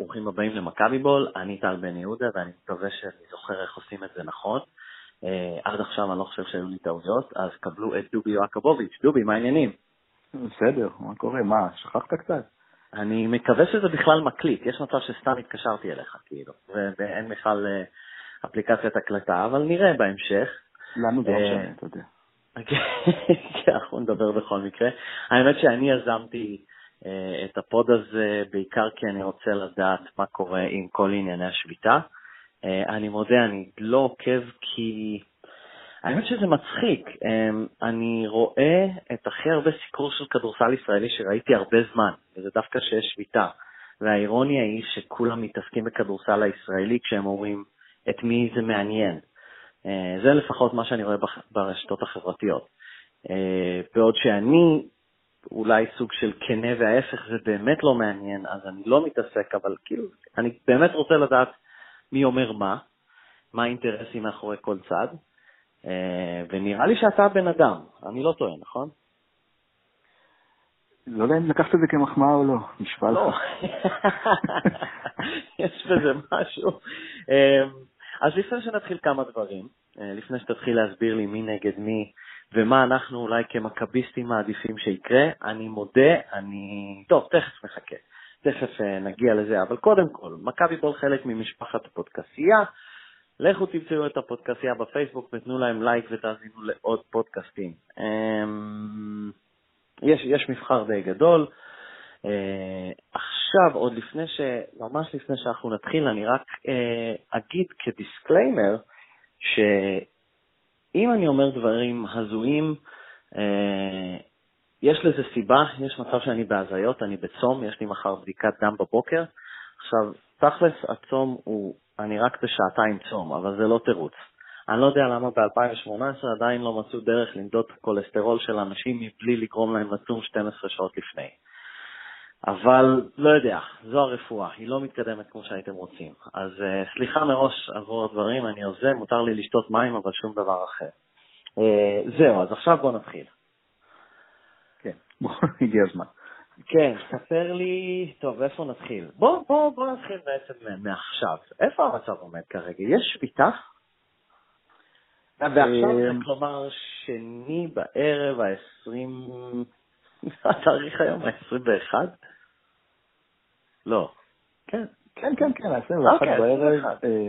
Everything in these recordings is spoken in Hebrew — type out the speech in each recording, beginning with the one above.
ברוכים הבאים למכבי בול, אני טל בן יהודה ואני מקווה שאני זוכר איך עושים את זה נכון. עד עכשיו אני לא חושב שהיו לי טעויות, אז קבלו את דובי יעקובוביץ'. דובי, מה העניינים? בסדר, מה קורה? מה, שכחת קצת? אני מקווה שזה בכלל מקליט, יש מצב שסתם התקשרתי אליך כאילו, ואין בכלל אפליקציית הקלטה, אבל נראה בהמשך. לנו זה לא משנה, אתה יודע. כן, אנחנו נדבר בכל מקרה. האמת שאני יזמתי את הפוד הזה בעיקר כי אני רוצה לדעת מה קורה עם כל ענייני השביתה. אני מודה, אני לא עוקב כי האמת שזה מצחיק. אני רואה את הכי הרבה סיקור של כדורסל ישראלי שראיתי הרבה זמן, וזה דווקא שיש שביתה. והאירוניה היא שכולם מתעסקים בכדורסל הישראלי כשהם אומרים את מי זה מעניין. זה לפחות מה שאני רואה ברשתות החברתיות. בעוד שאני אולי סוג של כנה וההפך, זה באמת לא מעניין, אז אני לא מתעסק, אבל כאילו, אני באמת רוצה לדעת מי אומר מה האינטרסים מאחורי כל צד, ונראה לי שאתה בן אדם, אני לא טועה, נכון? לא יודע אם לקחת את זה כמחמאה או לא, נשבע לך. לא, יש בזה משהו. אז לפני שנתחיל כמה דברים, לפני שתתחיל להסביר לי מי נגד מי, ומה אנחנו אולי כמכביסטים מעדיפים שיקרה, אני מודה, טוב, תכף נחכה, תכף נגיע לזה, אבל קודם כל, מכבי בול חלק ממשפחת הפודקאסייה, לכו תמצאו את הפודקאסייה בפייסבוק, ותנו להם לייק ותאזינו לעוד פודקאסטים. יש מבחר די גדול. עכשיו, עוד ממש לפני שאנחנו נתחיל, אני רק אגיד כדיסקליימר, שאם אני אומר דברים הזויים, יש לזה סיבה, יש מצב שאני בהזיות, אני בצום, יש לי מחר בדיקת דם בבוקר. עכשיו, תכלס, הצום אני רק בשעתיים צום, אבל זה לא תירוץ. אני לא יודע למה ב-2018 עדיין לא מצאו דרך למדוד כולסטרול של אנשים מבלי לגרום להם לצום 12 שעות לפני. אבל לא יודע, זו הרפואה, היא לא מתקדמת כמו שהייתם רוצים. אז סליחה מראש עבור הדברים, אני עוזב, מותר לי לשתות מים, אבל שום דבר אחר. זהו, אז עכשיו בוא נתחיל. כן, בוא הגיע הזמן. כן, ספר לי, טוב, איפה נתחיל? בוא נתחיל בעצם מעכשיו. איפה המצב עומד כרגע? יש שביתה? ועכשיו זה כלומר שני בערב ה-20, התאריך היום ה-21? לא. כן, 21 בערב.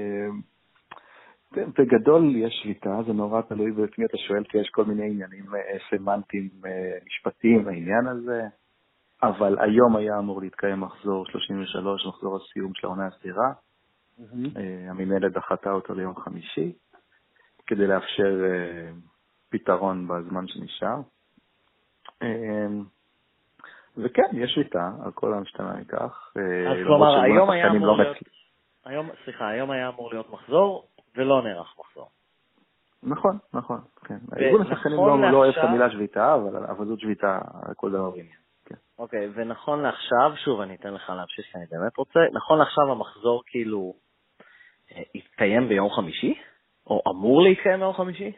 בגדול יש שביתה, זה נורא תלוי בפני אתה שואל, כי יש כל מיני עניינים סמנטיים, משפטיים בעניין הזה, אבל היום היה אמור להתקיים מחזור 33, מחזור הסיום של העונה הסדירה. המנהלת דחתה אותו ליום חמישי, כדי לאפשר פתרון בזמן שנשאר. וכן, יש שביתה, על כל המשתנה מכך. אז כלומר, היום היה אמור להיות מחזור, ולא נערך מחזור. נכון, כן. ארגון השחקנים לא אוהב את המילה שביתה, אבל זאת שביתה על כל דבר עניין. אוקיי, ונכון לעכשיו, שוב, אני אתן לך להמשיך כי אני באמת רוצה, נכון לעכשיו המחזור כאילו יתקיים ביום חמישי? או אמור להתקיים ביום חמישי?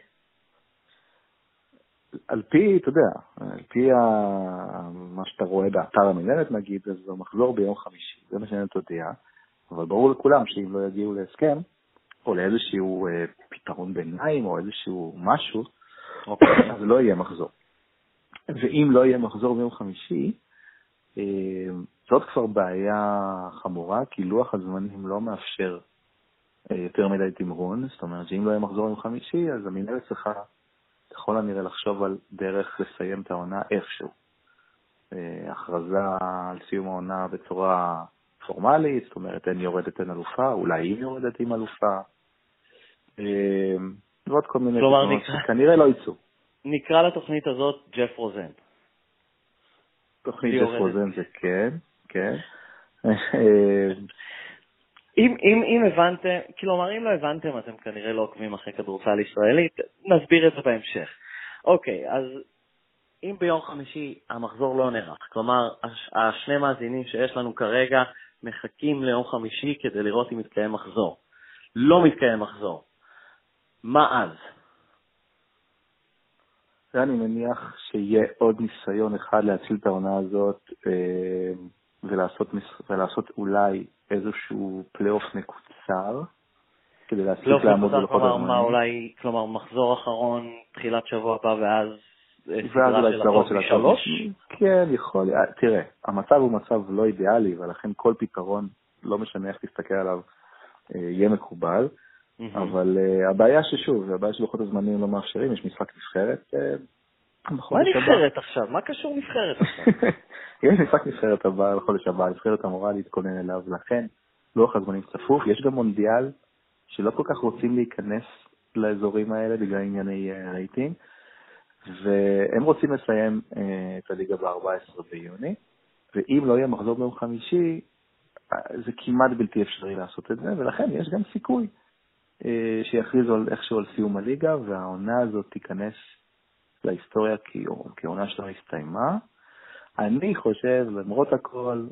על פי, אתה יודע, על פי מה שאתה רואה באתר המנהלת נגיד, אז זה מחזור ביום חמישי, זה מה שאני תודיע, אבל ברור לכולם שאם לא יגיעו להסכם, או לאיזשהו פתרון ביניים, או איזשהו משהו, אז לא יהיה מחזור. ואם לא יהיה מחזור ביום חמישי, זאת כבר בעיה חמורה, כי לוח הזמנים לא מאפשר יותר מדי תמרון, זאת אומרת שאם לא יהיה מחזור ביום חמישי, אז המנהלת צריכה ככל הנראה לחשוב על דרך לסיים את העונה איפשהו. הכרזה על סיום העונה בצורה פורמלית, זאת אומרת אין יורדת אין אלופה, אולי היא יורדת עם אלופה, ועוד כל מיני תכונות שכנראה לא ייצאו. נקרא לתוכנית הזאת ג'ף רוזן. תוכנית ג'ף רוזן זה כן. אם הבנתם, כלומר אם לא הבנתם, אתם כנראה לא עוקבים אחרי כדורסל ישראלית, נסביר את זה בהמשך. אוקיי, אז אם ביום חמישי המחזור לא נערך, כלומר השני מאזינים שיש לנו כרגע מחכים ליום חמישי כדי לראות אם מתקיים מחזור. לא מתקיים מחזור. מה אז? אני מניח שיהיה עוד ניסיון אחד להציל את העונה הזאת ולעשות אולי איזשהו פלייאוף מקוצר, כדי להספיק לעמוד בלוחות הזמנים. כלומר, מחזור אחרון, תחילת שבוע הבא, ואז סדרה של הטוב משלוש? כן, יכול. תראה, המצב הוא מצב לא אידיאלי, ולכן כל פתרון, לא משנה איך תסתכל עליו, יהיה מקובל. אבל הבעיה שלוחות הזמנים לא מאפשרים, יש משחק נבחרת. מה נבחרת עכשיו? מה קשור נבחרת עכשיו? יש משחק נבחרת הבא לחודש הבא, נבחרת אמורה להתכונן אליו, לכן לוח הזמנים צפוף. יש גם מונדיאל שלא כל כך רוצים להיכנס לאזורים האלה בגלל ענייני רייטינג, והם רוצים לסיים את הליגה ב-14 ביוני, ואם לא יהיה מחזור ביום חמישי, זה כמעט בלתי אפשרי לעשות את זה, ולכן יש גם סיכוי שיכריזו איכשהו על סיום הליגה, והעונה הזאת תיכנס להיסטוריה כעונה שלא הסתיימה. אני חושב, למרות הכל...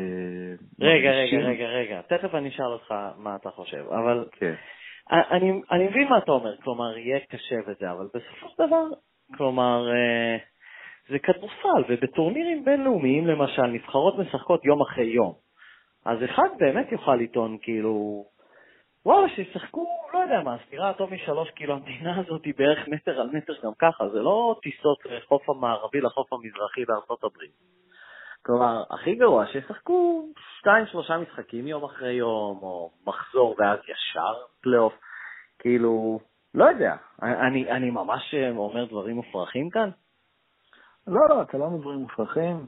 רגע, תכף אני אשאל אותך מה אתה חושב, אבל אני מבין מה אתה אומר, כלומר, יהיה קשה וזה, אבל בסופו של דבר, כלומר, זה כדורסל, ובטורנירים בינלאומיים, למשל, נבחרות משחקות יום אחרי יום. אז אחד באמת יוכל לטעון, כאילו, וואלה, שישחקו, לא יודע מה, ספירה הטוב מ3, כאילו, המדינה הזאת היא בערך מטר על מטר גם ככה, זה לא טיסות לחוף המערבי, לחוף המזרחי בארצות הברית. כלומר, הכי גרוע, שישחקו 2-3 משחקים יום אחרי יום, או מחזור ואז ישר פלייאוף, כאילו, לא יודע, אני ממש אומר דברים מופרכים כאן? לא, אתה לא אומר דברים מופרכים.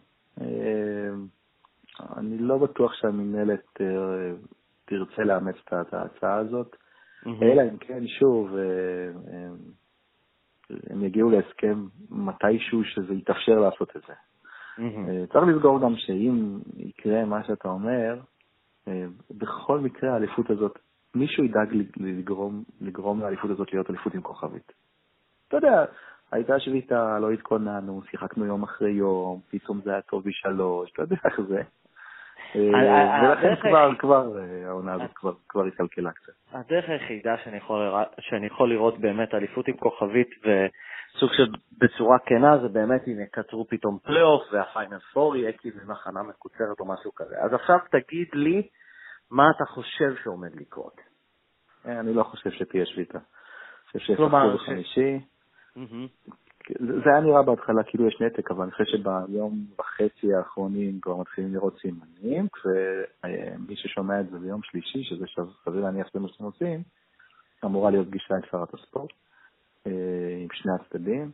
אני לא בטוח שהמנהלת תרצה לאמץ את ההצעה הזאת, אלא אם כן, שוב, הם יגיעו להסכם מתישהו שזה יתאפשר לעשות את זה. צריך לסגור גם שאם יקרה מה שאתה אומר, בכל מקרה האליפות הזאת, מישהו ידאג לגרום לאליפות הזאת להיות אליפות עם כוכבית. אתה יודע, הייתה שביתה, לא התכוננו, שיחקנו יום אחרי יום, פתאום זה היה טוב ב3, אתה יודע איך זה. ולכן כבר העונה הזאת כבר התקלקלה קצת. הדרך היחידה שאני יכול לראות באמת אליפות עם כוכבית וסוג של בצורה כנה, זה באמת אם יקצרו פתאום פלייאוף והפיינל פור יהיה כאילו מחנה מקוצרת או משהו כזה. אז עכשיו תגיד לי מה אתה חושב שעומד לקרות. אני לא חושב שתהיה שביתה. אני חושב שישחקו בחמישי. זה היה נראה בהתחלה כאילו יש נתק, אבל אני חושב שביום וחצי האחרונים כבר מתחילים לראות סימנים, ומי ששומע את זה ביום שלישי, שזה סביר להניח זה מה שאתם עושים, אמורה להיות פגישה עם שרת הספורט, עם שני הצדדים,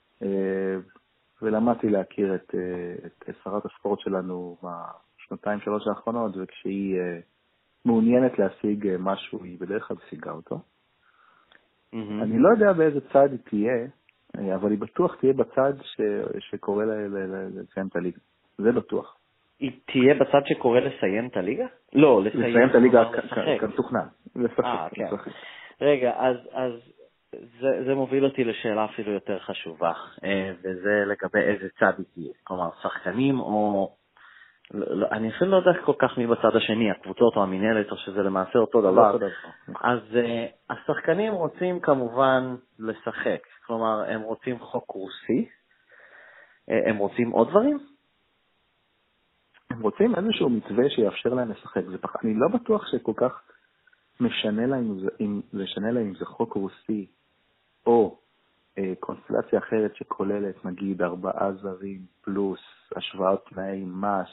ולמדתי להכיר את שרת הספורט שלנו בשנתיים-שלוש האחרונות, וכשהיא מעוניינת להשיג משהו, היא בדרך כלל משיגה אותו. אני לא יודע באיזה צד היא תהיה, אבל היא בטוח תהיה בצד שקורא לסיים את הליגה. זה בטוח. היא תהיה בצד שקורא לסיים את הליגה? לא, לסיים את הליגה כמתוכנן. כן. רגע, אז זה מוביל אותי לשאלה אפילו יותר חשובה, וזה לגבי איזה צד היא תהיה. כלומר, שחקנים או... אני אפילו לא יודע כל כך מי בצד השני, הקבוצות או המנהלת, או שזה למעשה אותו דבר. אז השחקנים רוצים כמובן לשחק, כלומר הם רוצים חוק רוסי, הם רוצים עוד דברים? הם רוצים איזשהו מתווה שיאפשר להם לשחק. אני לא בטוח שכל כך משנה להם אם זה חוק רוסי, או קונסטלציה אחרת שכוללת נגיד 4 זרים פלוס השוואת תנאי מס,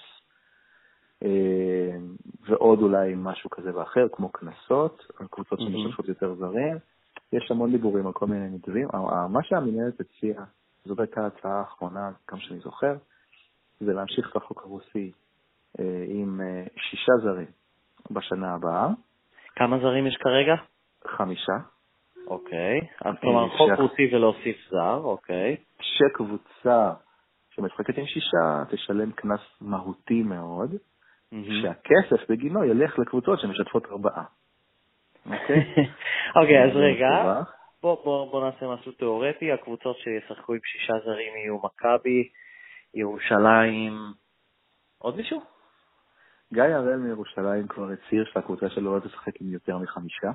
ועוד אולי משהו כזה ואחר, כמו כנסות, קבוצות שמשתפות יותר זרים. יש המון דיבורים על כל מיני מתווים. מה שהמנהלת הציעה, זאת הייתה ההצעה האחרונה, כמה שאני זוכר, זה להמשיך את החוק הרוסי עם 6 זרים בשנה הבאה. כמה זרים יש כרגע? 5. אוקיי. אז כלומר חוק רוסי ולהוסיף זר, אוקיי. שקבוצה שמשחקת עם 6 תשלם קנס מהותי מאוד, שהכסף בגינו ילך לקבוצות שמשתפות 4. אוקיי, אז רגע, בוא נעשה משהו תיאורטי. הקבוצות שישחקו עם 6 זרים יהיו מכבי, ירושלים, עוד מישהו? גיא הראל מירושלים כבר הצהיר שהקבוצה שלו לא תשחק עם יותר מ5.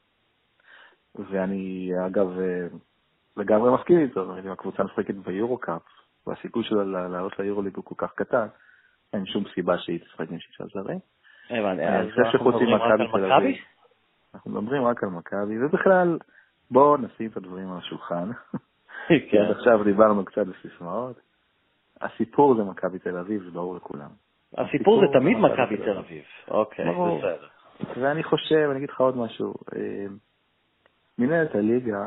ואני אגב לגמרי מסכים איתו, אם הקבוצה משחקת ביורו-קאפ, והסיכוי שלה לעלות ליורו-ליג הוא כל כך קטן, אין שום סיבה שהיא תשחק עם 6 זרים. הבנתי, אז אנחנו מדברים רק על מכבי? אנחנו מדברים רק על מכבי, ובכלל, בואו נשים את הדברים על השולחן. כי עד עכשיו דיברנו קצת בסיסמאות. הסיפור זה מכבי תל אביב, זה ברור לכולם. הסיפור זה תמיד מכבי תל אביב. אוקיי, בסדר. ואני חושב, אני אגיד לך עוד משהו, מנהלת הליגה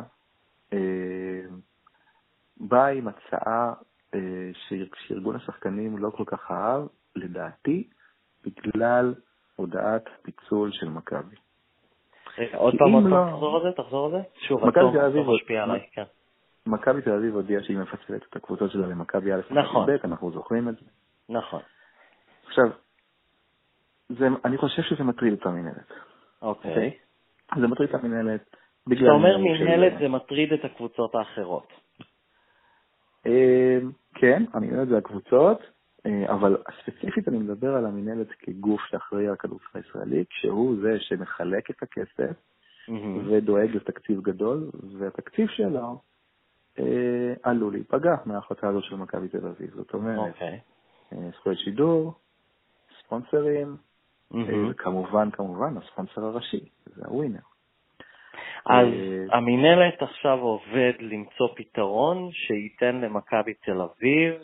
באה עם הצעה שארגון השחקנים לא כל כך אהב, לדעתי, בגלל הודעת פיצול של מכבי. עוד פעם, תחזור על זה? שוב, התור משפיע עליי, כן. מכבי תל אביב הודיעה שהיא מפצלת את הקבוצות שלה למכבי א' ומכבי ב', אנחנו זוכרים את זה. נכון. עכשיו, אני חושב שזה מטריד את המנהלת. אוקיי. זה מטריד את המנהלת. אתה אומר מנהלת זה מטריד את הקבוצות האחרות. כן, המנהלת זה הקבוצות, אבל ספציפית אני מדבר על המנהלת כגוף שאחראי על הכדורסל הישראלי, כשהוא זה שמחלק את הכסף ודואג לתקציב גדול, והתקציב שלו עלול להיפגע מההחלטה הזאת של מכבי תל אביב. זאת אומרת, זכויות שידור, ספונסרים, וכמובן, הספונסר הראשי, זה הווינר. אז המנהלת עכשיו עובד למצוא פתרון שייתן למכבי תל אביב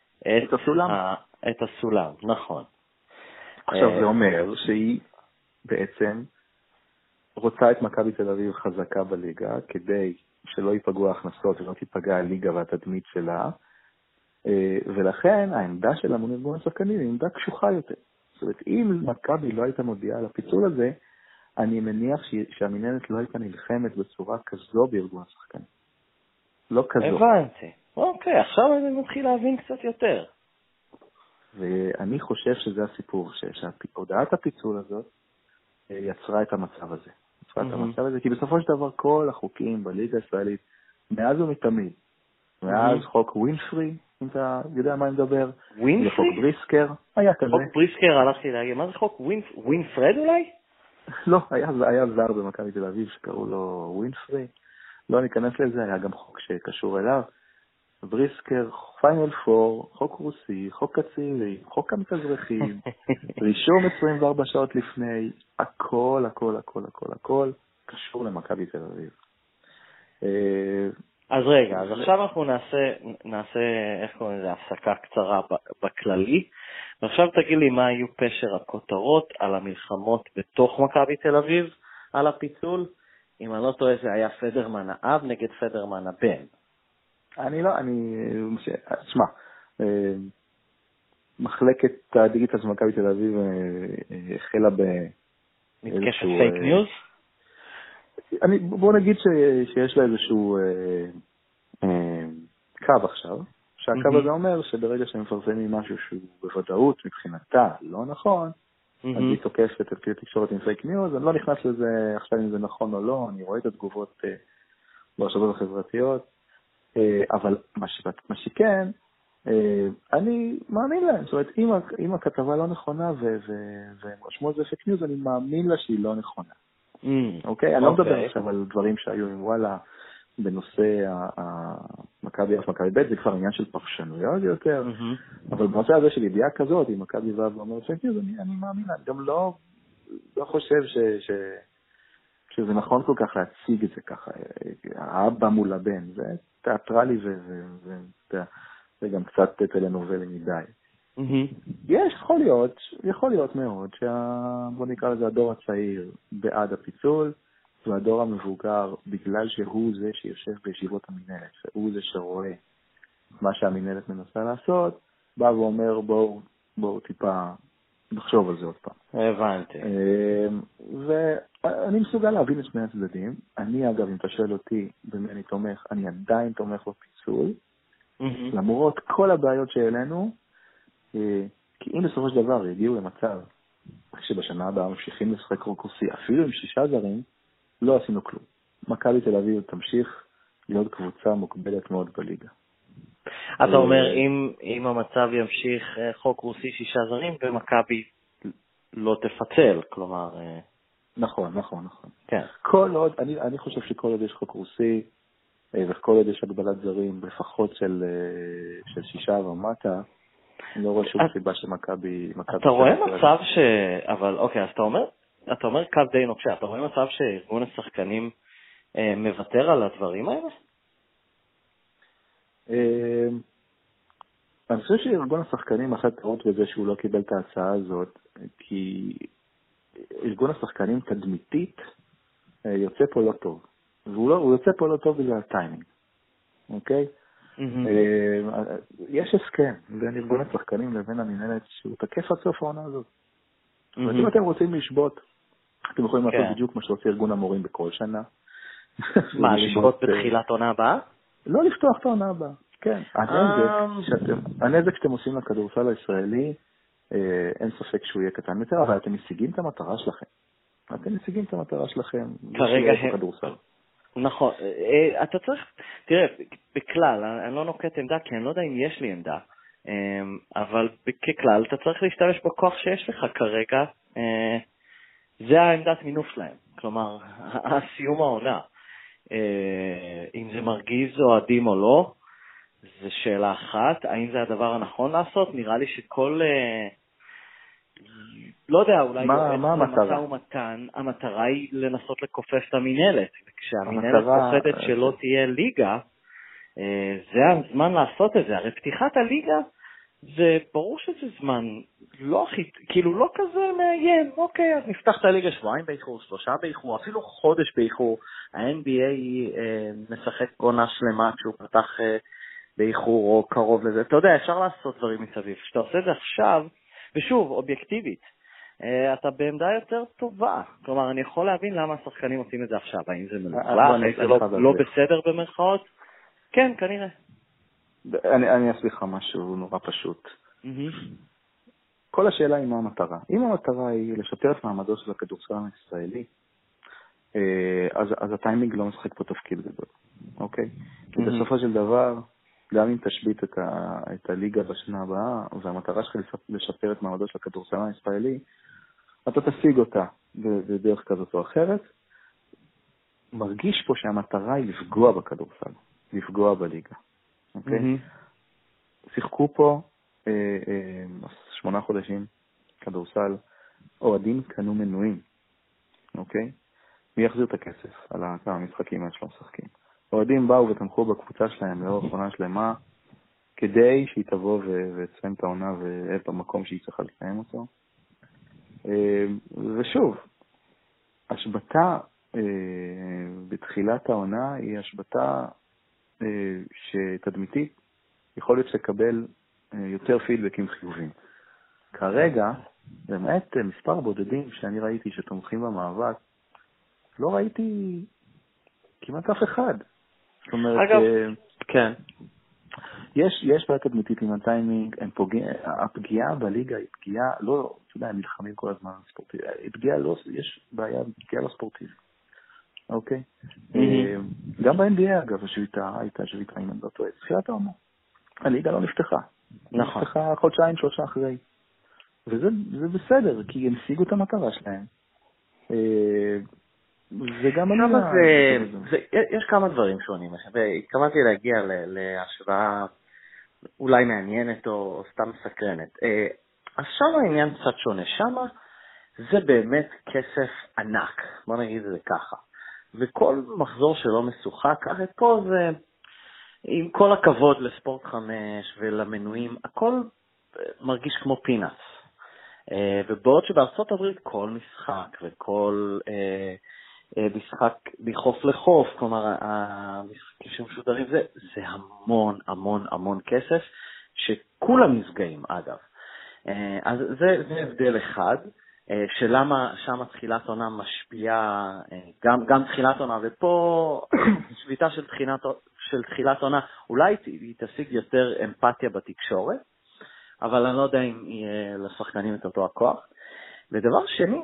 את הסולם, נכון. עכשיו זה אומר שהיא בעצם רוצה את מכבי תל אביב חזקה בליגה, כדי שלא ייפגעו ההכנסות ולא תיפגע הליגה והתדמית שלה, ולכן העמדה שלה מול ארגון השחקנים היא עמדה קשוחה יותר. זאת אומרת, אם מכבי לא הייתה מודיעה על הפיצול הזה, אני מניח שהמנהלת לא הייתה נלחמת בצורה כזו בארגון השחקנים. לא כזו. הבנתי. אוקיי, עכשיו אני מתחיל להבין קצת יותר. ואני חושב שזה הסיפור, שהודעת הפיצול הזאת יצרה את המצב הזה. כי בסופו של דבר כל החוקים בליגה הישראלית, מאז ומתמיד, מאז חוק ווינפרי, אם אתה יודע מה אני מדבר, ווינפרי? חוק בריסקר, היה כזה. חוק בריסקר, הלכתי להגיד, מה זה חוק ווינפרד אולי? לא, היה זר במכבי תל אביב שקראו לו ווינפרי, לא ניכנס לזה, היה גם חוק שקשור אליו, בריסקר, פיינל פור, חוק רוסי, חוק הצעירים, חוק המתאזרחים, רישום 24 שעות לפני, הכל קשור למכבי תל אביב. אז רגע, אז עכשיו אנחנו נעשה איך קוראים לזה, הפסקה קצרה בכללי, ועכשיו תגיד לי מה היו פשר הכותרות על המלחמות בתוך מכבי תל אביב, על הפיצול. אם אני לא טועה זה היה פדרמן האב נגד פדרמן הבן. תשמע, מחלקת הדיגיטל של מכבי תל אביב החלה מתקפת פייק ניוז? בוא נגיד שיש לה איזשהו קו עכשיו, שהקו הזה אומר שברגע שהם מפרסמים משהו שהוא בוודאות מבחינתה לא נכון, אז היא תוקפת את כלי התקשורת עם פייק ניוז. אני לא נכנס לזה עכשיו אם זה נכון או לא, אני רואה את התגובות ברשתות החברתיות, אבל מה שכן, אני מאמין להם. זאת אומרת, אם הכתבה לא נכונה והם רשמו על זה פייק ניוז, אני מאמין לה שהיא לא נכונה. אוקיי? אני לא מדבר עכשיו על דברים שהיו עם וואלה בנושא מכבי א' מכבי ב', זה כבר עניין של פרשנויות יותר, אבל בנושא הזה של ידיעה כזאת, אם מכבי ו' ואומר פייק ניוז, אני מאמין לה. אני גם לא חושב שזה נכון כל כך להציג את זה ככה, האבא מול הבן, זה תיאטרלי וזה גם קצת טלנובלי מדי. יכול להיות מאוד בוא נקרא לזה הדור הצעיר בעד הפיצול, והדור המבוגר, בגלל שהוא זה שיושב בישיבות המנהלת, והוא זה שרואה מה שהמנהלת מנסה לעשות, בא ואומר בואו טיפה נחשוב על זה עוד פעם. הבנתי. ואני מסוגל להבין את שני הצדדים. אני אגב, אם אתה שואל אותי במי אני תומך, אני עדיין תומך בפיצול, למרות כל הבעיות שהעלינו, כי אם בסופו של דבר יגיעו למצב שבשנה הבאה ממשיכים לשחק רוקוסי, אפילו עם 6 זרים, לא עשינו כלום. מכבי תל אביב תמשיך להיות קבוצה מוקבלת מאוד בליגה. אתה אומר, אם המצב ימשיך חוק רוסי 6 זרים, ומכבי לא תפצל, כלומר... נכון. כן. אני חושב שכל עוד יש חוק רוסי, וכל עוד יש הגבלת זרים, לפחות של 6 ומטה, אני לא רואה שום סיבה שמכבי... אתה רואה מצב אבל אוקיי, אז אתה אומר קו די נוקשה, אתה רואה מצב שארגון השחקנים מוותר על הדברים האלה? אני חושב שארגון השחקנים עשה טעות בזה שהוא לא קיבל את ההצעה הזאת, כי ארגון השחקנים תדמיתית יוצא פה לא טוב. הוא יוצא פה לא טוב בגלל הטיימינג, אוקיי? יש הסכם בין ארגון השחקנים לבין המנהלת שהוא תקף עד סוף העונה הזאת. ואם אתם רוצים לשבות, אתם יכולים לעשות בדיוק מה שעושה ארגון המורים בכל שנה. מה, לשבות בתחילת עונה הבאה? לא לפתוח את העונה הבאה, כן. הנזק שאתם עושים לכדורסל הישראלי, אין ספק שהוא יהיה קטן יותר, אבל אתם משיגים את המטרה שלכם. כרגע בכדורסל. נכון. אתה צריך, תראה, בכלל, אני לא נוקט עמדה, כי אני לא יודע אם יש לי עמדה, אבל ככלל, אתה צריך להשתמש בכוח שיש לך כרגע, זה העמדת מינוף שלהם. כלומר, הסיום העונה. אם זה מרגיז אוהדים או לא, זה שאלה אחת. האם זה הדבר הנכון לעשות? נראה לי שכל... לא יודע, אולי במשא ומתן, המטרה היא לנסות לקופף את המנהלת. כשהמנהלת פוחדת שלא תהיה ליגה, זה הזמן לעשות את זה. הרי פתיחת הליגה, זה ברור שזה זמן לא הכי, כאילו לא כזה מאיים. אוקיי, אז נפתח את הליגה שבועיים באיחור, 3 באיחור, אפילו חודש באיחור. ה-NBA משחק עונה שלמה כשהוא פתח באיחור או קרוב לזה. אתה יודע, אפשר לעשות דברים מסביב. כשאתה עושה את זה עכשיו, ושוב, אובייקטיבית, אתה בעמדה יותר טובה. כלומר, אני יכול להבין למה השחקנים עושים את זה עכשיו. האם זה מלוכלך, זה לא בסדר במרכאות? כן, כנראה. אני אסביר לך משהו נורא פשוט. כל השאלה היא מה המטרה. אם המטרה היא לשפר את מעמדו של הכדורסל הישראלי, אז הטיימינג לא משחק פה תפקיד גדול. אוקיי? כי בסופו של דבר, גם אם תשבית את הליגה בשנה הבאה, והמטרה שלך לשפר את מעמדו של הכדורסל הישראלי, אתה תשיג אותה בדרך כזאת או אחרת. מרגיש פה שהמטרה היא לפגוע בכדורסל, לפגוע בליגה. אוקיי? שיחקו פה 8 חודשים כדורסל, אוהדים קנו מנויים. אוקיי? מי יחזיר את הכסף על כמה משחקים שלא משחקים? אוהדים באו ותמכו בקבוצה שלהם לאורך עונה שלמה, כדי שהיא תבוא ותסיים את העונה ואת המקום שהיא צריכה לסיים אותו. ושוב, השבתה בתחילת העונה היא השבתה שתדמיתית יכול להיות לקבל יותר פידבקים חיוביים. כרגע, למעט מספר בודדים שאני ראיתי שתומכים במאבק, לא ראיתי כמעט אף אחד. זאת אומרת, אגב, כן. יש בעיה תדמיתית עם הטיימינג, הפגיעה בליגה היא פגיעה, לא, אתה יודע, הם נלחמים כל הזמן ספורטיבית, יש בעיה פגיעה לא ספורטיבית, אוקיי? גם ב-NBA אגב, השביתה הייתה שביתה עם הנדרתו, תחילת העונה, הליגה לא נפתחה, נפתחה חודשיים, 3 אחרי, וזה בסדר, כי הם השיגו את המטרה שלהם. וגם יש כמה דברים שונים, והתכוונתי להגיע להשוואה אולי מעניינת או סתם מסקרנת. אז שם העניין קצת שונה, שם זה באמת כסף ענק, בוא נגיד את זה ככה, וכל מחזור שלא משוחק, הרי פה זה, עם כל הכבוד לספורט 5 ולמנויים, הכל מרגיש כמו פינאץ, ובעוד שבארצות הברית כל משחק וכל משחק מחוף לחוף, כלומר המשחקים שמשודרים, זה המון המון המון כסף שכולם נפגעים אגב. אז זה הבדל אחד, שלמה שם תחילת עונה משפיעה, גם תחילת עונה, ופה שביתה של תחילת עונה, אולי היא תשיג יותר אמפתיה בתקשורת, אבל אני לא יודע אם יהיה לשחקנים את אותו הכוח. ודבר שני,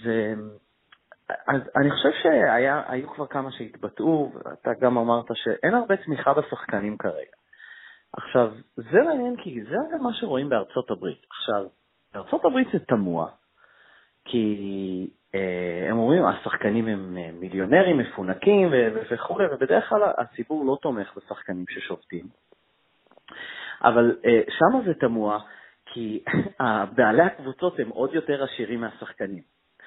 אז אני חושב שהיו כבר כמה שהתבטאו, ואתה גם אמרת שאין הרבה תמיכה בשחקנים כרגע. עכשיו, זה מעניין כי זה מה שרואים בארצות הברית. עכשיו, בארצות הברית זה תמוה, כי הם אומרים, השחקנים הם מיליונרים, מפונקים וכו', ובדרך כלל הציבור לא תומך בשחקנים ששובתים. אבל שם זה תמוה, כי בעלי הקבוצות הם עוד יותר עשירים מהשחקנים.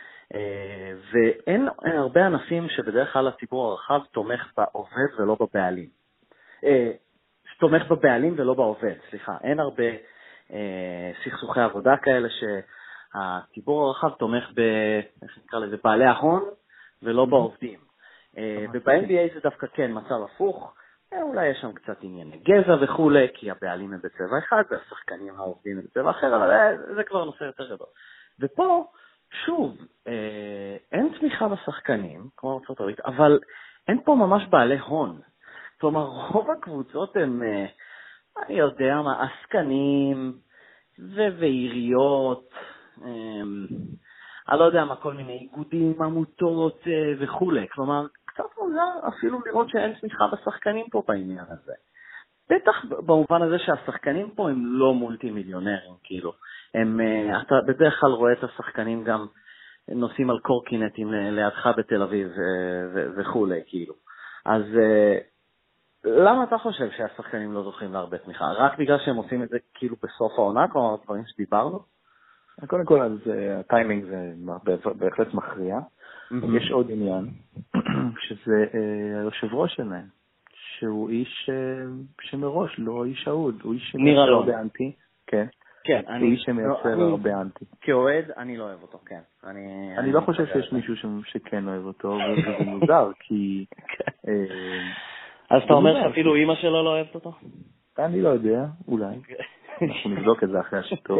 ואין הרבה ענפים שבדרך כלל הציבור הרחב תומך בעובד ולא בבעלים. תומך בבעלים ולא בעובד, סליחה. אין הרבה סכסוכי עבודה כאלה שהציבור הרחב תומך איך נקרא לזה, בעלי ההון ולא בעובדים. וב-NBA זה דווקא כן מצב הפוך. אולי יש שם קצת ענייני גזע וכו', כי הבעלים הם בצבע אחד והשחקנים העובדים הם בצבע אחר, אבל זה כבר נושא יותר גדול. ופה, שוב, אין תמיכה בשחקנים, כמו ארצות הברית, אבל אין פה ממש בעלי הון. כלומר, רוב הקבוצות הם, אני יודע מה, עסקנים ועיריות, אני לא יודע מה, כל מיני איגודים, עמותות וכו'. כלומר, קצת מוזר אפילו לראות שאין תמיכה בשחקנים פה בעניין הזה. בטח במובן הזה שהשחקנים פה הם לא מולטי מיליונרים, כאילו. אתה בדרך כלל רואה את השחקנים גם נוסעים על קורקינטים לידך בתל אביב וכו', כאילו. אז למה אתה חושב שהשחקנים לא זוכים להרבה תמיכה? רק בגלל שהם עושים את זה כאילו בסוף העונה, כמו הדברים שדיברנו? קודם כל, אז הטיימינג זה בהחלט מכריע. יש עוד עניין, שזה היושב ראש שלהם, שהוא איש שמראש לא איש אהוד, הוא איש שמייצר הרבה אנטי. כן. כן, הוא איש שמייצר הרבה אנטי. כאוהד, אני לא אוהב אותו, כן. אני לא חושב שיש מישהו שכן אוהב אותו, וזה מוזר, כי... אז אתה אומר שאפילו אמא שלו לא אוהבת אותו? אני לא יודע, אולי. אנחנו נבדוק את זה אחרי השיטור.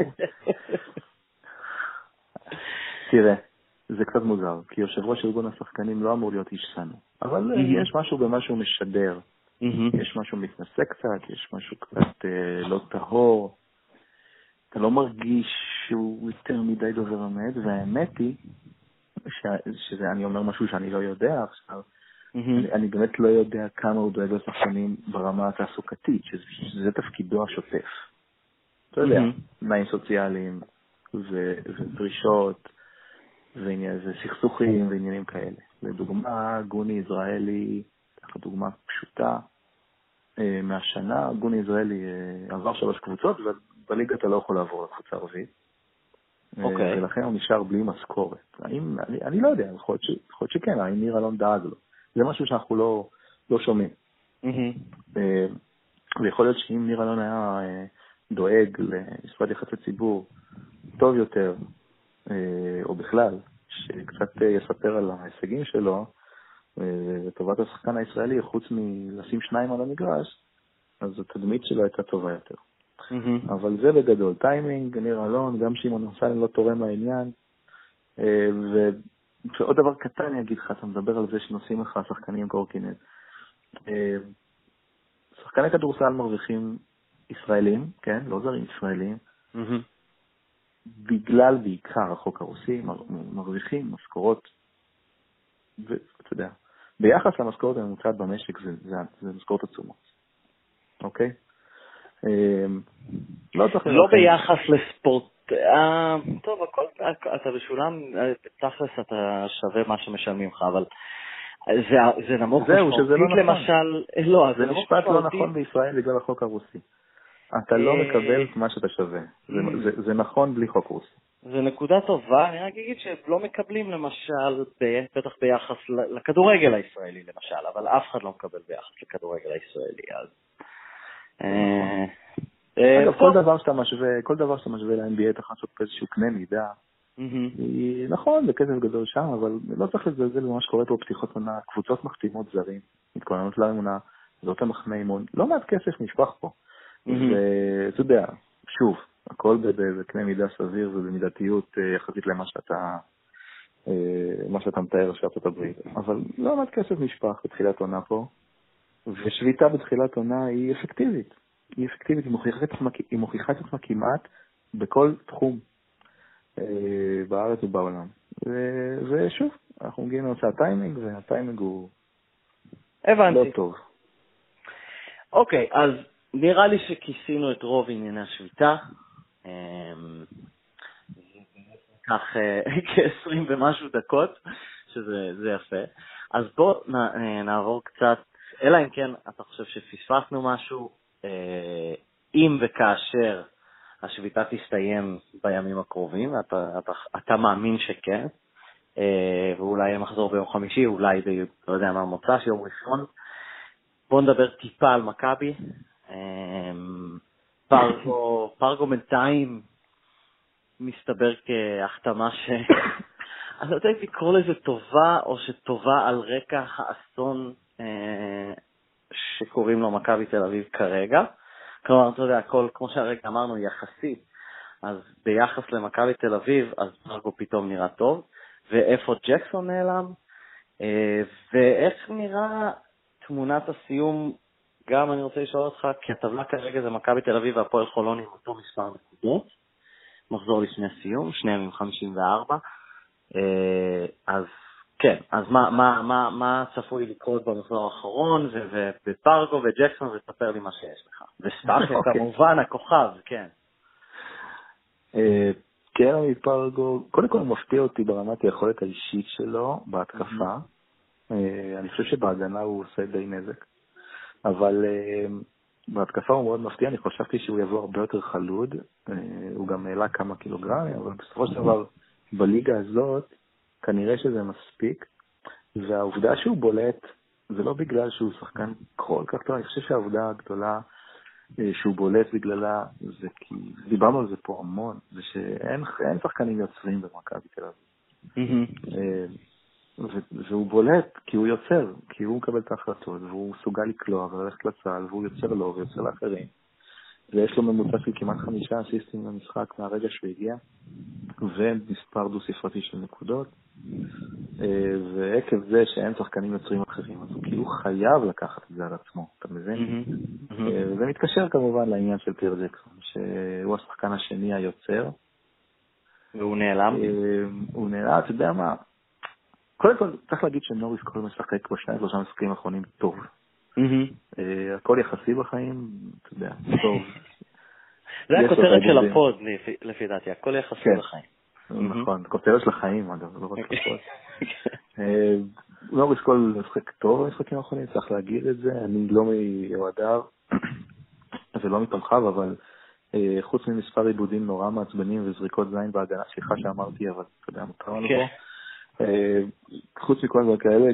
תראה, זה קצת מוזר, כי יושב ראש ארגון השחקנים לא אמור להיות איש סנו. אבל יש משהו במה שהוא משדר. יש משהו מתנשא קצת, יש משהו קצת לא טהור. אתה לא מרגיש שהוא יותר מדי דובר אמת, והאמת היא, שזה אני אומר משהו שאני לא יודע עכשיו, אני באמת לא יודע כמה הוא דואג לשחקנים ברמה התעסוקתית, שזה תפקידו השוטף. אתה יודע, תנאים סוציאליים ודרישות, וסכסוכים ועניינים כאלה. לדוגמה, גוני יזרעאלי, דוגמה פשוטה מהשנה, גוני יזרעאלי עבר 3 קבוצות, ובליגה אתה לא יכול לעבור לקבוצה ערבית. ולכן הוא נשאר בלי משכורת. אני לא יודע, יכול להיות שכן, האם ניר אלון דאג לו. זה משהו שאנחנו לא שומעים. ויכול להיות שאם ניר אלון היה דואג למשרד יחסי ציבור טוב יותר, או בכלל, שקצת יספר על ההישגים שלו, לטובת השחקן הישראלי, חוץ מלשים 2 על המגרש, אז התדמית שלו הייתה טובה יותר. אבל זה בגדול, טיימינג, ניר אלון, גם שמעון אמסלם לא תורם לעניין, ועוד דבר קטן אני אגיד לך, אתה מדבר על זה שנוסעים לך שחקנים קורקינט. שחקני כדורסל מרוויחים ישראלים, כן, לא זרים ישראלים, בגלל בעיקר החוק הרוסי, מרוויחים משכורות, ואתה יודע, ביחס למשכורת הממוצעת במשק זה משכורות עצומות. אוקיי? לא ביחס לספורט, טוב, הכל, אתה בשולם, תכלס אתה שווה מה שמשלמים לך, אבל זה נמוך משמעותית, למשל, לא, זה משפט לא נכון בישראל בגלל החוק הרוסי. אתה לא מקבל מה שאתה שווה. זה נכון בלי חוק רוסי. זה נקודה טובה, אני רק אגיד שלא מקבלים למשל, בטח ביחס לכדורגל הישראלי למשל, אבל אף אחד לא מקבל ביחס לכדורגל הישראלי, אז... אגב, כל דבר שאתה משווה ל-NBA אתה חושב איזשהו קנה מידה. נכון, בכסף גדול שם, אבל לא צריך לזלזל במה שקורה פה בפתיחות עונה, קבוצות מחתימות זרים, מתכוננות לאמונה, זאת המחנה אימון, לא מעט כסף נשפך פה. ואתה יודע, שוב, הכל בקנה מידה סביר ובמידתיות יחסית למה שאתה מתאר שארצות הברית. אבל לא מעט כסף נשפך בתחילת עונה פה, ושביתה בתחילת עונה היא אפקטיבית. היא מוכיחה את עצמה כמעט בכל תחום בארץ ובעולם. ושוב, אנחנו מגיעים לנושא הטיימינג, והטיימינג הוא לא טוב. אוקיי, אז נראה לי שכיסינו את רוב ענייני השביתה. כך כ-20 ומשהו דקות, שזה יפה. אז בוא נעבור קצת, אלא אם כן אתה חושב שפספסנו משהו, אם וכאשר השביתה תסתיים בימים הקרובים, אתה מאמין שכן, ואולי יהיה מחזור ביום חמישי, אולי לא יודע מה מוצא, שיום ראשון. בואו נדבר טיפה על מכבי. פרגו בינתיים מסתבר כהחתמה אני לא יודע אם לקרוא לזה טובה, או שטובה על רקע האסון שקוראים לו מכבי תל אביב כרגע. כלומר, אתה יודע, הכל, כמו שהרגע אמרנו, יחסית. אז ביחס למכבי תל אביב, אז פרגו פתאום נראה טוב. ואיפה ג'קסון נעלם? ואיך נראה תמונת הסיום? גם אני רוצה לשאול אותך, כי הטבלה כרגע זה מכבי תל אביב והפועל חולון עם אותו מספר נקודות. מחזור לפני סיום, שניהם עם 54. אז כן, אז מה צפוי לקרות במחזור האחרון, ובפרגו וג'קסון, ותספר לי מה שיש לך. וסטאפו כמובן, הכוכב, כן. כן, מפרגו, קודם כל מפתיע אותי ברמת היכולת האישית שלו בהתקפה. אני חושב שבהגנה הוא עושה די נזק. אבל בהתקפה הוא מאוד מפתיע, אני חשבתי שהוא יבוא הרבה יותר חלוד, הוא גם העלה כמה קילוגרמים, אבל בסופו של דבר בליגה הזאת כנראה שזה מספיק, והעובדה שהוא בולט זה לא בגלל שהוא שחקן כל כך טוב, אני חושב שהעובדה הגדולה שהוא בולט בגללה זה כי, דיברנו על זה פה המון, זה שאין שחקנים יוצרים במכבי תל אביב. והוא בולט כי הוא יוצר, כי הוא מקבל את ההחלטות, והוא סוגל לקלוע וללכת לצהל, והוא יוצר לו ויוצר לאחרים. ויש לו ממוצע של כמעט 5 אסיסטים במשחק מהרגע שהוא הגיע, ומספר דו-ספרתי של נקודות, ועקב זה שאין שחקנים יוצרים אחרים, אז הוא כאילו חייב לקחת את זה על עצמו, אתה מבין? וזה מתקשר כמובן לעניין של פיר ג'קסון, שהוא השחקן השני היוצר. והוא נעלם? הוא נעלם, אתה יודע מה? קודם כל, צריך להגיד שנוריס כל משחק כמו 2-3 משחקים האחרונים טוב. הכל יחסי בחיים, אתה יודע, טוב. זה הכותרת של הפוד, לפי דעתי, הכל יחסי בחיים. נכון, כותרת של החיים, אגב, לא רק הפוד. נוריס כל משחק טוב במשחקים האחרונים, צריך להגיד את זה, אני לא מיועדיו ולא מתומכיו, אבל חוץ ממספר עיבודים נורא מעצבנים וזריקות זין בהגנה, סליחה שאמרתי, אבל אתה יודע, מותר לנו פה. חוץ מכל דבר כאלה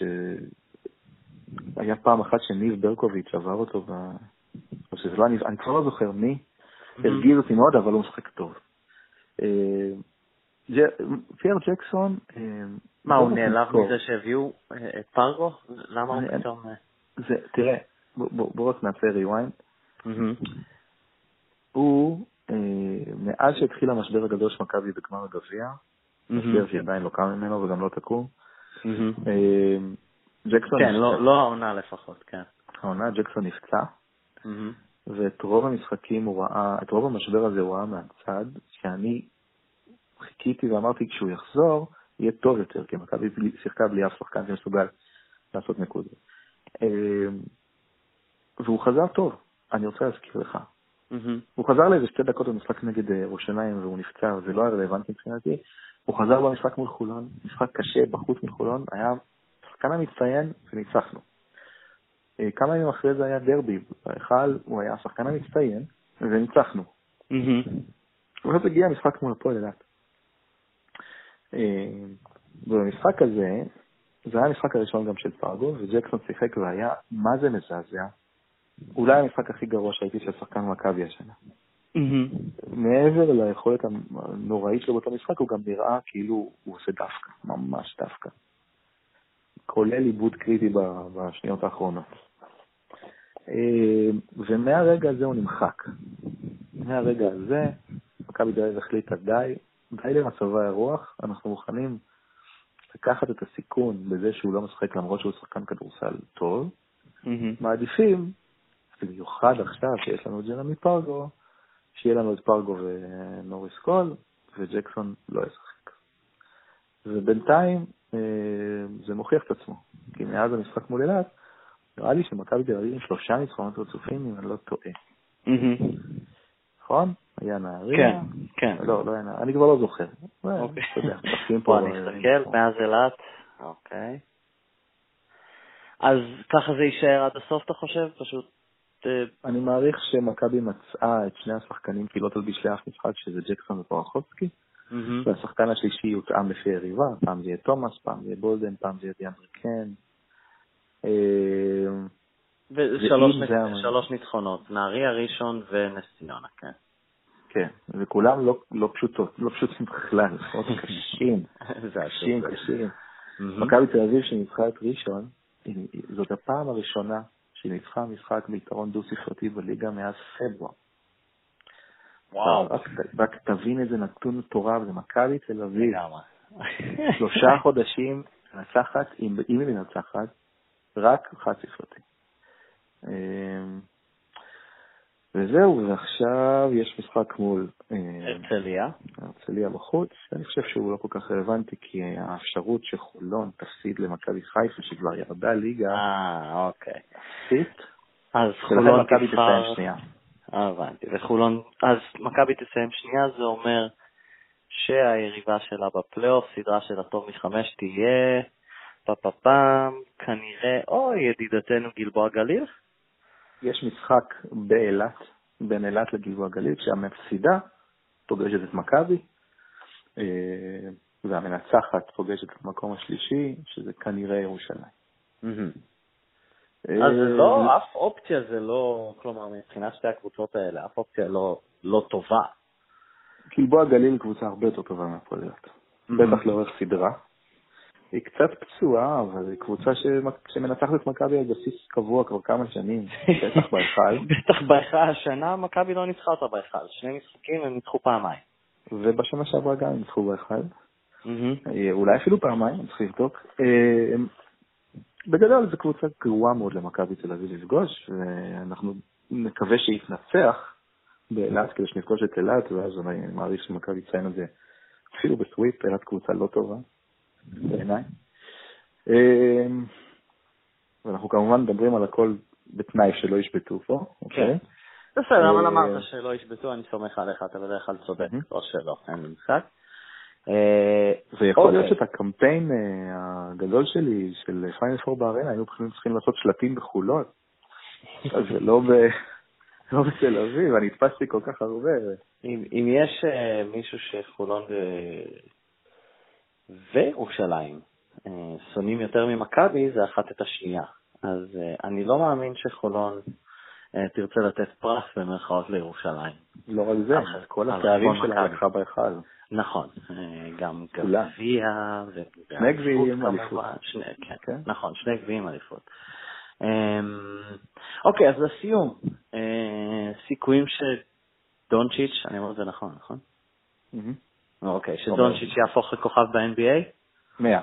היה פעם אחת שניב ברקוביץ' עבר אותו אני כבר לא זוכר מי, הרגיז אותי מאוד, אבל הוא משחק טוב. פיר ג'קסון, מה, הוא נעלב מזה שהביאו את פרגו? למה הוא פתאום? תראה, בוא רק נעשה ריוויינד. הוא, מאז שהתחיל המשבר הגדול של מכבי בגמר הגביע, משבר שעדיין לא קם ממנו וגם לא תקום. ג'קסון כן, לא העונה לפחות, כן. העונה, ג'קסון נפצע, ואת רוב המשחקים הוא ראה, את רוב המשבר הזה הוא ראה מהצד, שאני חיכיתי ואמרתי כשהוא יחזור, יהיה טוב יותר, כי מכבי שיחקה בלי אף שחקן שמסוגל לעשות נקודות. והוא חזר טוב, אני רוצה להזכיר לך. הוא חזר לאיזה 2 דקות במשחק נגד ירושלים והוא נפצע, וזה לא היה רלוונטי מבחינתי. הוא חזר במשחק מול חולון, משחק קשה בחוץ מחולון, היה שחקן המצטיין וניצחנו. כמה ימים אחרי זה היה דרבי, בהיכל הוא היה השחקן המצטיין וניצחנו. ואז הגיע המשחק מול הפועל אילת. ובמשחק הזה, זה היה המשחק הראשון גם של פרגו, וג'קסון שיחק והיה, מה זה מזעזע? אולי המשחק הכי גרוע שהייתי של שחקן מכבי השנה. מעבר ליכולת הנוראית שלו באותו משחק, הוא גם נראה כאילו הוא עושה דווקא, ממש דווקא. כולל עיבוד קריטי בשניות האחרונות. ומהרגע הזה הוא נמחק. מהרגע הזה, מכבי תל אביב החליטה די למצבי הרוח, אנחנו מוכנים לקחת את הסיכון בזה שהוא לא משחק למרות שהוא שחקן כדורסל טוב, מעדיפים, במיוחד עכשיו שיש לנו את ג'רמי פרגו, שיהיה לנו את פרגו ונוריס קול, וג'קסון לא ישחק. ובינתיים זה מוכיח את עצמו, כי מאז המשחק מול אילת, נראה לי שמכבי תל אביב עם 3 ניצחונות רצופים, אם אני לא טועה. נכון? היה נהריה? כן. לא היה נהריה, אני כבר לא זוכר. אוקיי. בוא נסתכל, מאז אילת, אוקיי. אז ככה זה יישאר עד הסוף, אתה חושב? פשוט אני מעריך שמכבי מצאה את שני השחקנים כי לא תלביש לאף משחק, שזה ג'קסון ופרחובסקי, והשחקן השלישי יותאם לפי היריבה, פעם זה יהיה תומאס, פעם זה יהיה בולדן, פעם זה יהיה דיאנדרי קן. ושלוש ניצחונות, נהריה, ראשון ונס ציונה, כן. כן, וכולם לא פשוטים בכלל, קשים. קשים. מכבי תל אביב שניצחה את ראשון, זאת הפעם הראשונה שניצחה משחק ביתרון דו-ספרתי בליגה מאז פברואר. וואו. רק תבין איזה נתון מטורף, זה מכבי תל אביב. 3 חודשים נצחת, אם היא מנצחת, רק חד ספרתי. וזהו, ועכשיו יש משחק מול הרצליה בחוץ. אני חושב שהוא לא כל כך רלוונטי, כי האפשרות שחולון תפסיד למכבי חיפה, שכבר ירדה ליגה, אוקיי. תפסיד, אז חולון מכבי תסיים שנייה. הבנתי. וחולון, אז מכבי תסיים שנייה, זה אומר שהיריבה שלה בפלייאוף, סדרה של הטוב מ5 תהיה, כנראה, ידידתנו גלבוע גליל. יש משחק באילת, בין אילת לגלבוע גליל, שהמפסידה פוגשת את מכבי, והמנצחת פוגשת את המקום השלישי, שזה כנראה ירושלים. אז זה לא, אף אופציה זה לא, כלומר, מבחינת שתי הקבוצות האלה, אף אופציה לא טובה. גלבוע גליל היא קבוצה הרבה יותר טובה מהפועל אילת. בטח לאורך סדרה. היא קצת פצועה, אבל היא קבוצה שמנצחת את מכבי על בסיס קבוע כבר כמה שנים, בטח בהיכל. בטח בהיכל, השנה מכבי לא ניצחה אותה בהיכל. 2 משחקים הם ניצחו פעמיים. ובשנה שעברה גם הם ניצחו בהיכל. אולי אפילו פעמיים, אני צריך לבדוק. בגדול זו קבוצה גרועה מאוד למכבי תל אביב לפגוש, ואנחנו נקווה שיתנצח באילת כדי שנפגוש את אילת, ואז אני מעריך שמכבי תציין את זה אפילו בסוויפ. אילת קבוצה לא טובה בעיניי. ואנחנו כמובן מדברים על הכל בתנאי שלא ישבטו פה. כן. בסדר, אבל אמרת שלא ישבטו, אני סומך עליך, אתה בדרך כלל צודק, או שלא, אין לי משחק. ויכול להיות שאת הקמפיין הגדול שלי של פיינל פור בארנה, היינו צריכים לעשות שלטים בחולון. אז זה לא בתל אביב, אני התפסתי כל כך הרבה. אם יש מישהו שחולון וירושלים שונאים יותר ממכבי, זה אחת את השנייה. אז אני לא מאמין שחולון תרצה לתת פרס במרכאות לירושלים. לא רק זה, כל התארים שלה לקחה בהיכל. נכון, גם גביע, שני גביעים אליפות. נכון, 2 גביעים אליפות. אוקיי, אז לסיום, סיכויים שדונצ'יץ', אני אומר את זה נכון? אוקיי, שדונצ'יץ' יהפוך לכוכב ב-NBA? 100.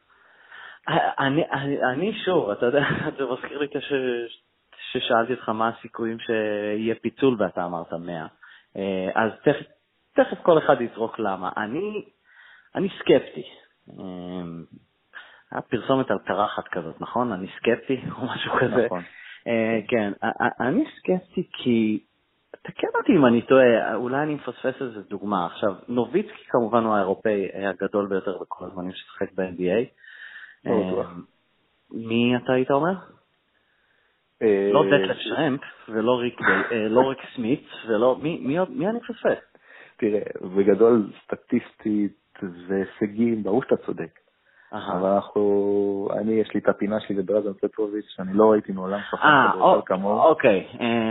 אני שוב, אתה יודע, זה מזכיר לי ששאלתי אותך מה הסיכויים שיהיה פיצול ואתה אמרת 100. אז תכף כל אחד יזרוק למה. אני סקפטי. הפרסומת על קרחת כזאת, נכון? אני סקפטי או משהו כזה. נכון. כן, אני סקפטי כי, תקן אותי אם אני טועה, אולי אני מפספס איזו דוגמה. עכשיו, נוביצקי כמובן הוא האירופאי הגדול ביותר בכל הזמנים ששחק ב-NBA. מי אתה היית אומר? לא דקלף שמפ, ולא ריק סמית, ולא, מי אני מפספס? תראה, בגדול סטטיסטית והישגים, ברור שאתה צודק. אבל יש לי את הפינה שלי בברזן פטרוביץ', שאני לא ראיתי מעולם שחקן כדורסל כמוהו. אוקיי,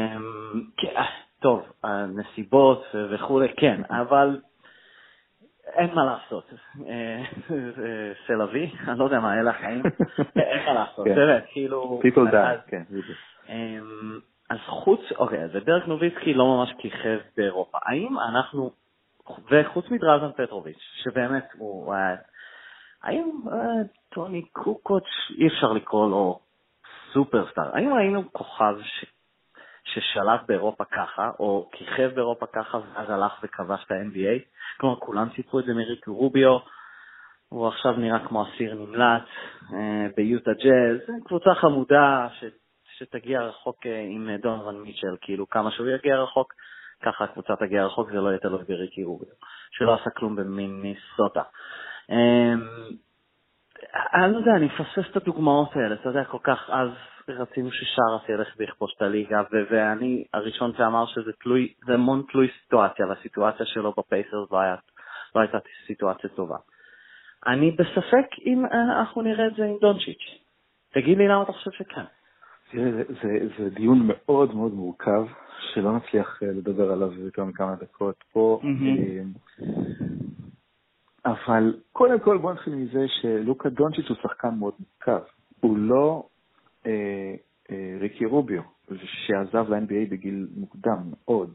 טוב, הנסיבות וכו', כן, אבל אין מה לעשות. סלווי, אני לא יודע מה, אלה החיים, אין מה לעשות, תראה, כאילו... people die, כן. אז אוקיי, אז דרק נוביצקי לא ממש כיכב באירופה. האם אנחנו, וחוץ מדרזן פטרוביץ', שבאמת הוא... האם טוני קוקוץ' אי אפשר לקרוא לו סופרסטאר? האם היינו כוכב ששלט באירופה ככה, או כיכב באירופה ככה, ואז הלך וכבש את ה-NBA? כלומר, כולם סיפרו את זה מריק רוביו, הוא עכשיו נראה כמו אסיר נמלט ביוטה ג'אז, קבוצה חמודה שתגיע רחוק עם דונוvan מיטשל, כאילו כמה שהוא יגיע רחוק, ככה הקבוצה תגיע רחוק, זה לא יהיה תלוי בריקי רוביו, שלא עשה כלום במיניסוטה. אני לא יודע, אני מפספס את הדוגמאות האלה, אתה יודע, כל כך, אז רצינו ששרס ילך ויכבוש את הליגה, ואני הראשון שאמר שזה תלוי, זה המון תלוי סיטואציה, והסיטואציה שלו בפייסרס לא הייתה סיטואציה טובה. אני בספק אם אנחנו נראה את זה עם דונצ'יץ'. תגיד לי למה אתה חושב שכן. זה דיון מאוד מאוד מורכב, שלא נצליח לדבר עליו יותר מכמה דקות פה. אבל קודם כל בוא נתחיל מזה שלוקה דונצ'יץ' הוא שחקן מאוד מורכב. הוא לא ריקי רוביו, שעזב ל-NBA בגיל מוקדם מאוד.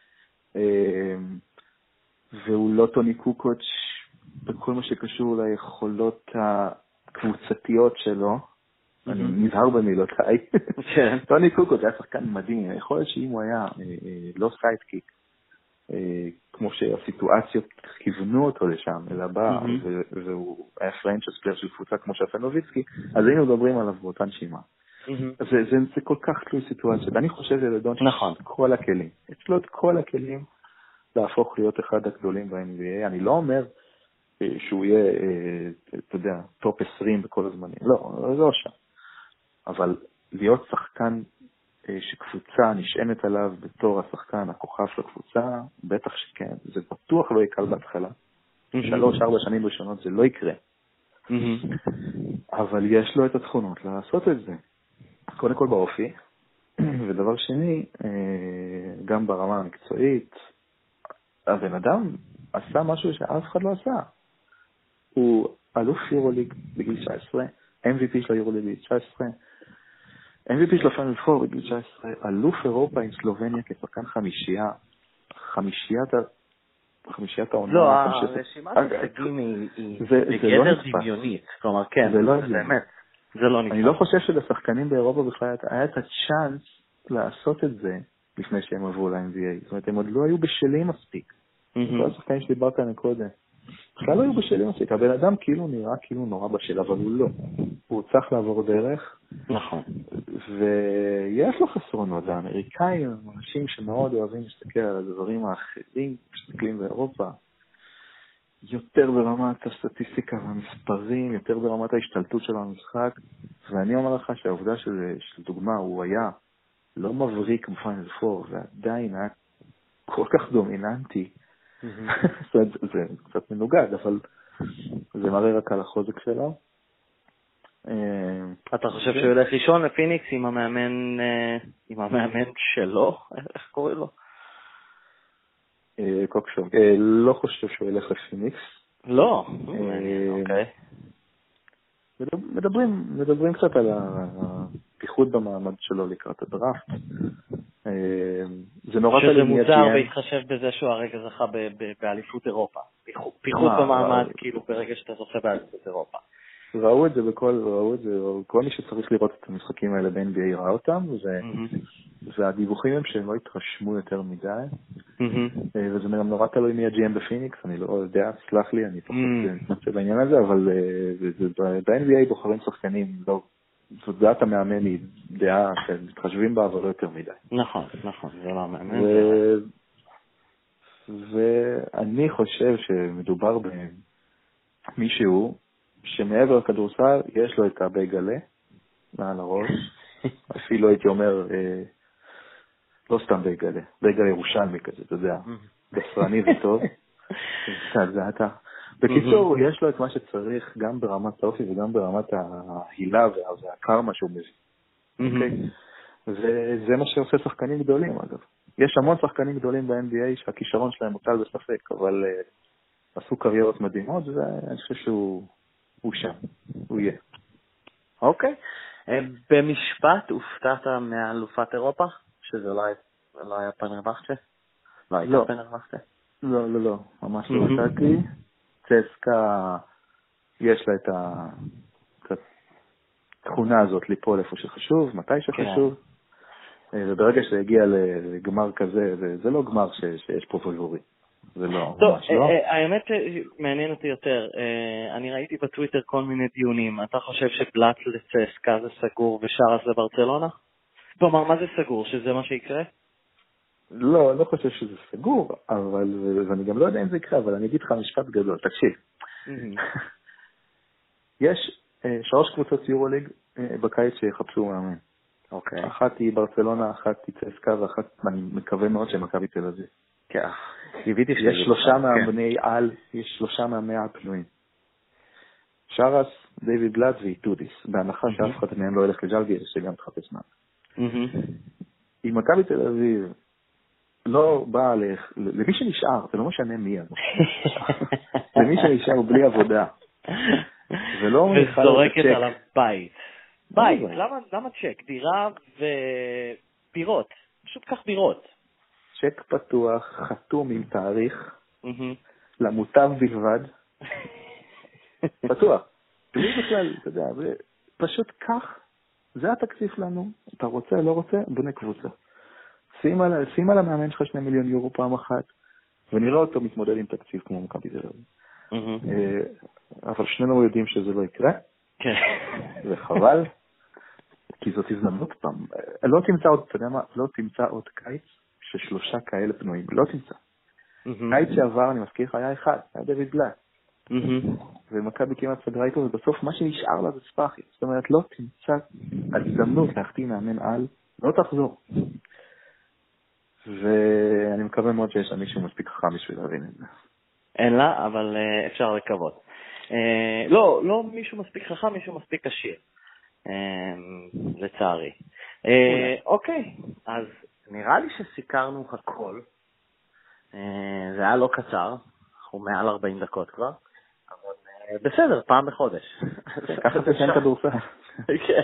והוא לא טוני קוקוץ' בכל מה שקשור ליכולות הקבוצתיות שלו. אני נזהר במילותיי. טוני קוקוץ' היה שחקן מדהים. יכול להיות שאם הוא היה לא סיידקיק, כמו שהסיטואציות כיוונו אותו לשם, אלא בא, והוא היה פרנצ'ס פלייר של קבוצה כמו שאפל נוביצקי, אז היינו מדברים עליו באותה נשימה. זה כל כך תלוי סיטואציה, ואני חושב שלדונצ'יץ' את כל הכלים. יש לו את כל הכלים להפוך להיות אחד הגדולים ב-NBA. אני לא אומר שהוא יהיה, אתה יודע, טופ 20 בכל הזמנים. לא שם. אבל להיות שחקן שקבוצה נשענת עליו בתור השחקן, הכוכב של הקבוצה, בטח שכן. זה בטוח לא יקל בהתחלה. 3-4 שנים ראשונות זה לא יקרה. אבל יש לו את התכונות לעשות את זה. קודם כל באופי, ודבר שני, גם ברמה המקצועית, הבן אדם עשה משהו שאף אחד לא עשה. הוא אלוף יורוליג בגיל 19, MVP של היורוליג בגיל 19, MVP של הפיינל פור בגיל 19, אלוף אירופה עם סלובניה כשחקן חמישיית העונה. לא, הרשימת הישגים היא בגדר דמיונית. כלומר, כן, זה באמת. זה לא נשמע. אני לא חושב שלשחקנים באירופה בכלל היה את הצ'אנס לעשות את זה לפני שהם עברו ל-NBA. זאת אומרת, הם עוד לא היו בשלים מספיק. כל השחקנים שדיברת עליהם קודם. בכלל לא היו בשלים מספיק. הבן אדם כאילו נראה כאילו נורא בשל, אבל הוא לא. הוא צריך לעבור דרך. נכון. ויש לו חסרונות. האמריקאים הם אנשים שמאוד אוהבים להסתכל על הדברים האחרים, מסתכלים באירופה. יותר ברמת הסטטיסטיקה והמספרים, יותר ברמת ההשתלטות של המשחק. ואני אומר לך שהעובדה של דוגמה, הוא היה לא מבריק בפיינל פור, ועדיין היה כל כך דומיננטי. זה קצת מנוגד, אבל זה מראה רק על החוזק שלו. אתה חושב שהוא ילך לישון לפיניקס עם המאמן שלו? איך קוראים לו? קוקשוב. לא חושב שהוא ילך לפיניקס. לא? אוקיי. מדברים קצת על הפיחות במעמד שלו לקראת הדראפט. זה נורא שזה מוזר בהתחשב בזה שהוא הרגע זכה באליפות אירופה. פיחות במעמד כאילו ברגע שאתה זוכה באליפות אירופה. ראו את זה כל מי שצריך לראות את המשחקים האלה ב-NBA ראה אותם, והדיווחים הם שהם לא התרשמו יותר מדי, וזה גם נורא תלוי מי הג'י.אם בפיניקס, אני לא יודע, סלח לי, אני פחות נמצא בעניין הזה, אבל ב-NBA בוחרים שחקנים, זאת דעת המאמן היא דעה שמתחשבים בה, אבל לא יותר מדי. נכון, זה לא המאמן. ואני חושב שמדובר במישהו, שמעבר לכדורסל יש לו את הבייגלה מעל הראש, אפילו הייתי אומר, לא סתם בייגלה, בייגלה ירושלמי כזה, אתה יודע, בסרני וטוב, זה אתה. בקיצור, יש לו את מה שצריך גם ברמת האופי וגם ברמת ההילה והקרמה שהוא מביא. וזה מה שעושה שחקנים גדולים, אגב. יש המון שחקנים גדולים ב-NBA שהכישרון שלהם מוטל בספק, אבל עשו קריירות מדהימות, ואני חושב שהוא שם, הוא יהיה. אוקיי. במשפט, הופתעת מאלופת אירופה? שזה לא היה פנרבכצ'ה? לא הייתה פנרבכצ'ה? לא, ממש לא הופתעתי. צסקה, יש לה את התכונה הזאת ליפול איפה שחשוב, מתי שחשוב, וברגע שהגיע לגמר כזה, זה לא גמר שיש פה פייבוריט. זה לא, ממש לא. האמת מעניין אותי יותר, אני ראיתי בטוויטר כל מיני דיונים, אתה חושב שבלאט לצסקה זה סגור ושרס לברצלונה? כלומר, מה זה סגור? שזה מה שיקרה? לא חושב שזה סגור, ואני גם לא יודע אם זה יקרה, אבל אני אגיד לך משפט גדול, תקשיב. יש 3 קבוצות יורוליג בקיץ שיחפשו מאמן. אוקיי. אחת היא ברצלונה, אחת היא צסקה, ואחת אני מקווה מאוד שמכבי תל אביב. כן, קיוויתי יש 3 מאמני על, יש 3 מאמני על פנויים. שרס, דיוויד בלאט ואיטודיס, בהנחה שאף אחד מהם לא ילך לג'לגיר, שגם תחפש מה. אם מכבי תל אביב לא באה למי שנשאר, זה לא משנה מי, למי שנשאר בלי עבודה, וזורקת עליו בית. בית, למה צ'ק? דירה ובירות, פשוט כך בירות. צ'ק פתוח, חתום עם תאריך, למוטב בלבד, פתוח. בלי בכלל, אתה יודע, פשוט כך, זה התקציב לנו, אתה רוצה, לא רוצה, בונה קבוצה. שים על המאמן שלך 2 מיליון יורו פעם אחת, ונראה אותו מתמודד עם תקציב כמו מכבי תל אביב. אבל שנינו יודעים שזה לא יקרה, וחבל, כי זאת הזדמנות פעם. לא תמצא עוד, אתה יודע מה, לא תמצא עוד קיץ ש3 כאלה פנויים, לא תמצא. קיץ שעבר, אני מזכיר לך, היה אחד, היה דיוויד בלאט. ומכבי כמעט סגרה איתו, ובסוף מה שנשאר לה זה ספאחי. זאת אומרת, לא תמצא הזדמנות להחתים מאמן על, לא תחזור. ואני מקווה מאוד שיש שם מישהו מספיק חכם בשביל להבין את זה. אין לה, אבל אפשר לקוות. לא מישהו מספיק חכם, מישהו מספיק עשיר. לצערי. אוקיי, אז נראה לי שסיקרנו הכל. זה היה לא קצר, אנחנו מעל 40 דקות כבר, אבל בסדר, פעם בחודש. ככה זה שאין כדורסל. כן,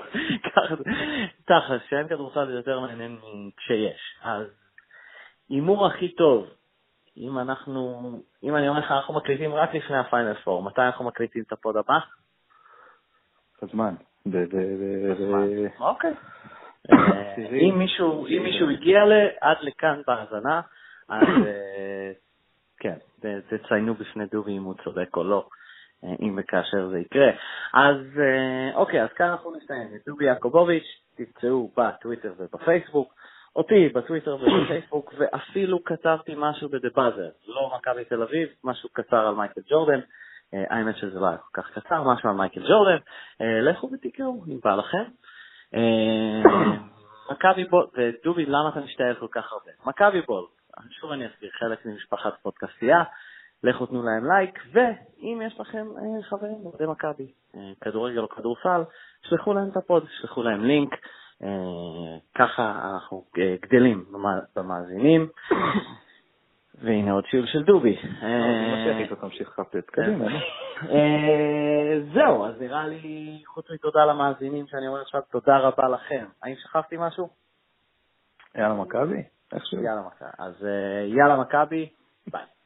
ככה, שאין כדורסל זה יותר מעניין כשיש. אז אימור הכי טוב, אם אני אומר לך, אנחנו מקליטים רק לפני הפיינל פור, מתי אנחנו מקליטים את הפוד הבא? הזמן. אוקיי. אם מישהו הגיע עד לכאן בהאזנה, אז כן, תציינו בפני דובי אם הוא צודק או לא, אם וכאשר זה יקרה. אז אוקיי, אז כאן אנחנו נסיים. דובי יעקובוביץ', תמצאו בטוויטר ובפייסבוק, אותי בטוויטר ובפייסבוק, ואפילו כתבתי משהו בדבאזר, לא מכבי תל אביב, משהו קצר על מייקל ג'ורדן, האמת שזה לא היה כל כך קצר, משהו על מייקל ג'ורדן, לכו ותקראו, אם בא לכם. מכבי בול, ודובי, למה אתה משתעל כל כך הרבה? מכבי בול, שוב אני אסביר, חלק ממשפחת פודקאסטייה, לכו תנו להם לייק, ואם יש לכם חברים עובדי מכבי, כדורגל או כדורסל, שלחו להם את הפוד, שלחו להם לינק, ככה אנחנו גדלים במאזינים, והנה עוד שיעור של דובי. זהו, אז נראה לי, חוץ מתודה למאזינים שאני אומר עכשיו, תודה רבה לכם. האם שכחתי משהו? יאללה מכבי? יאללה מכבי. אז יאללה מכבי, ביי.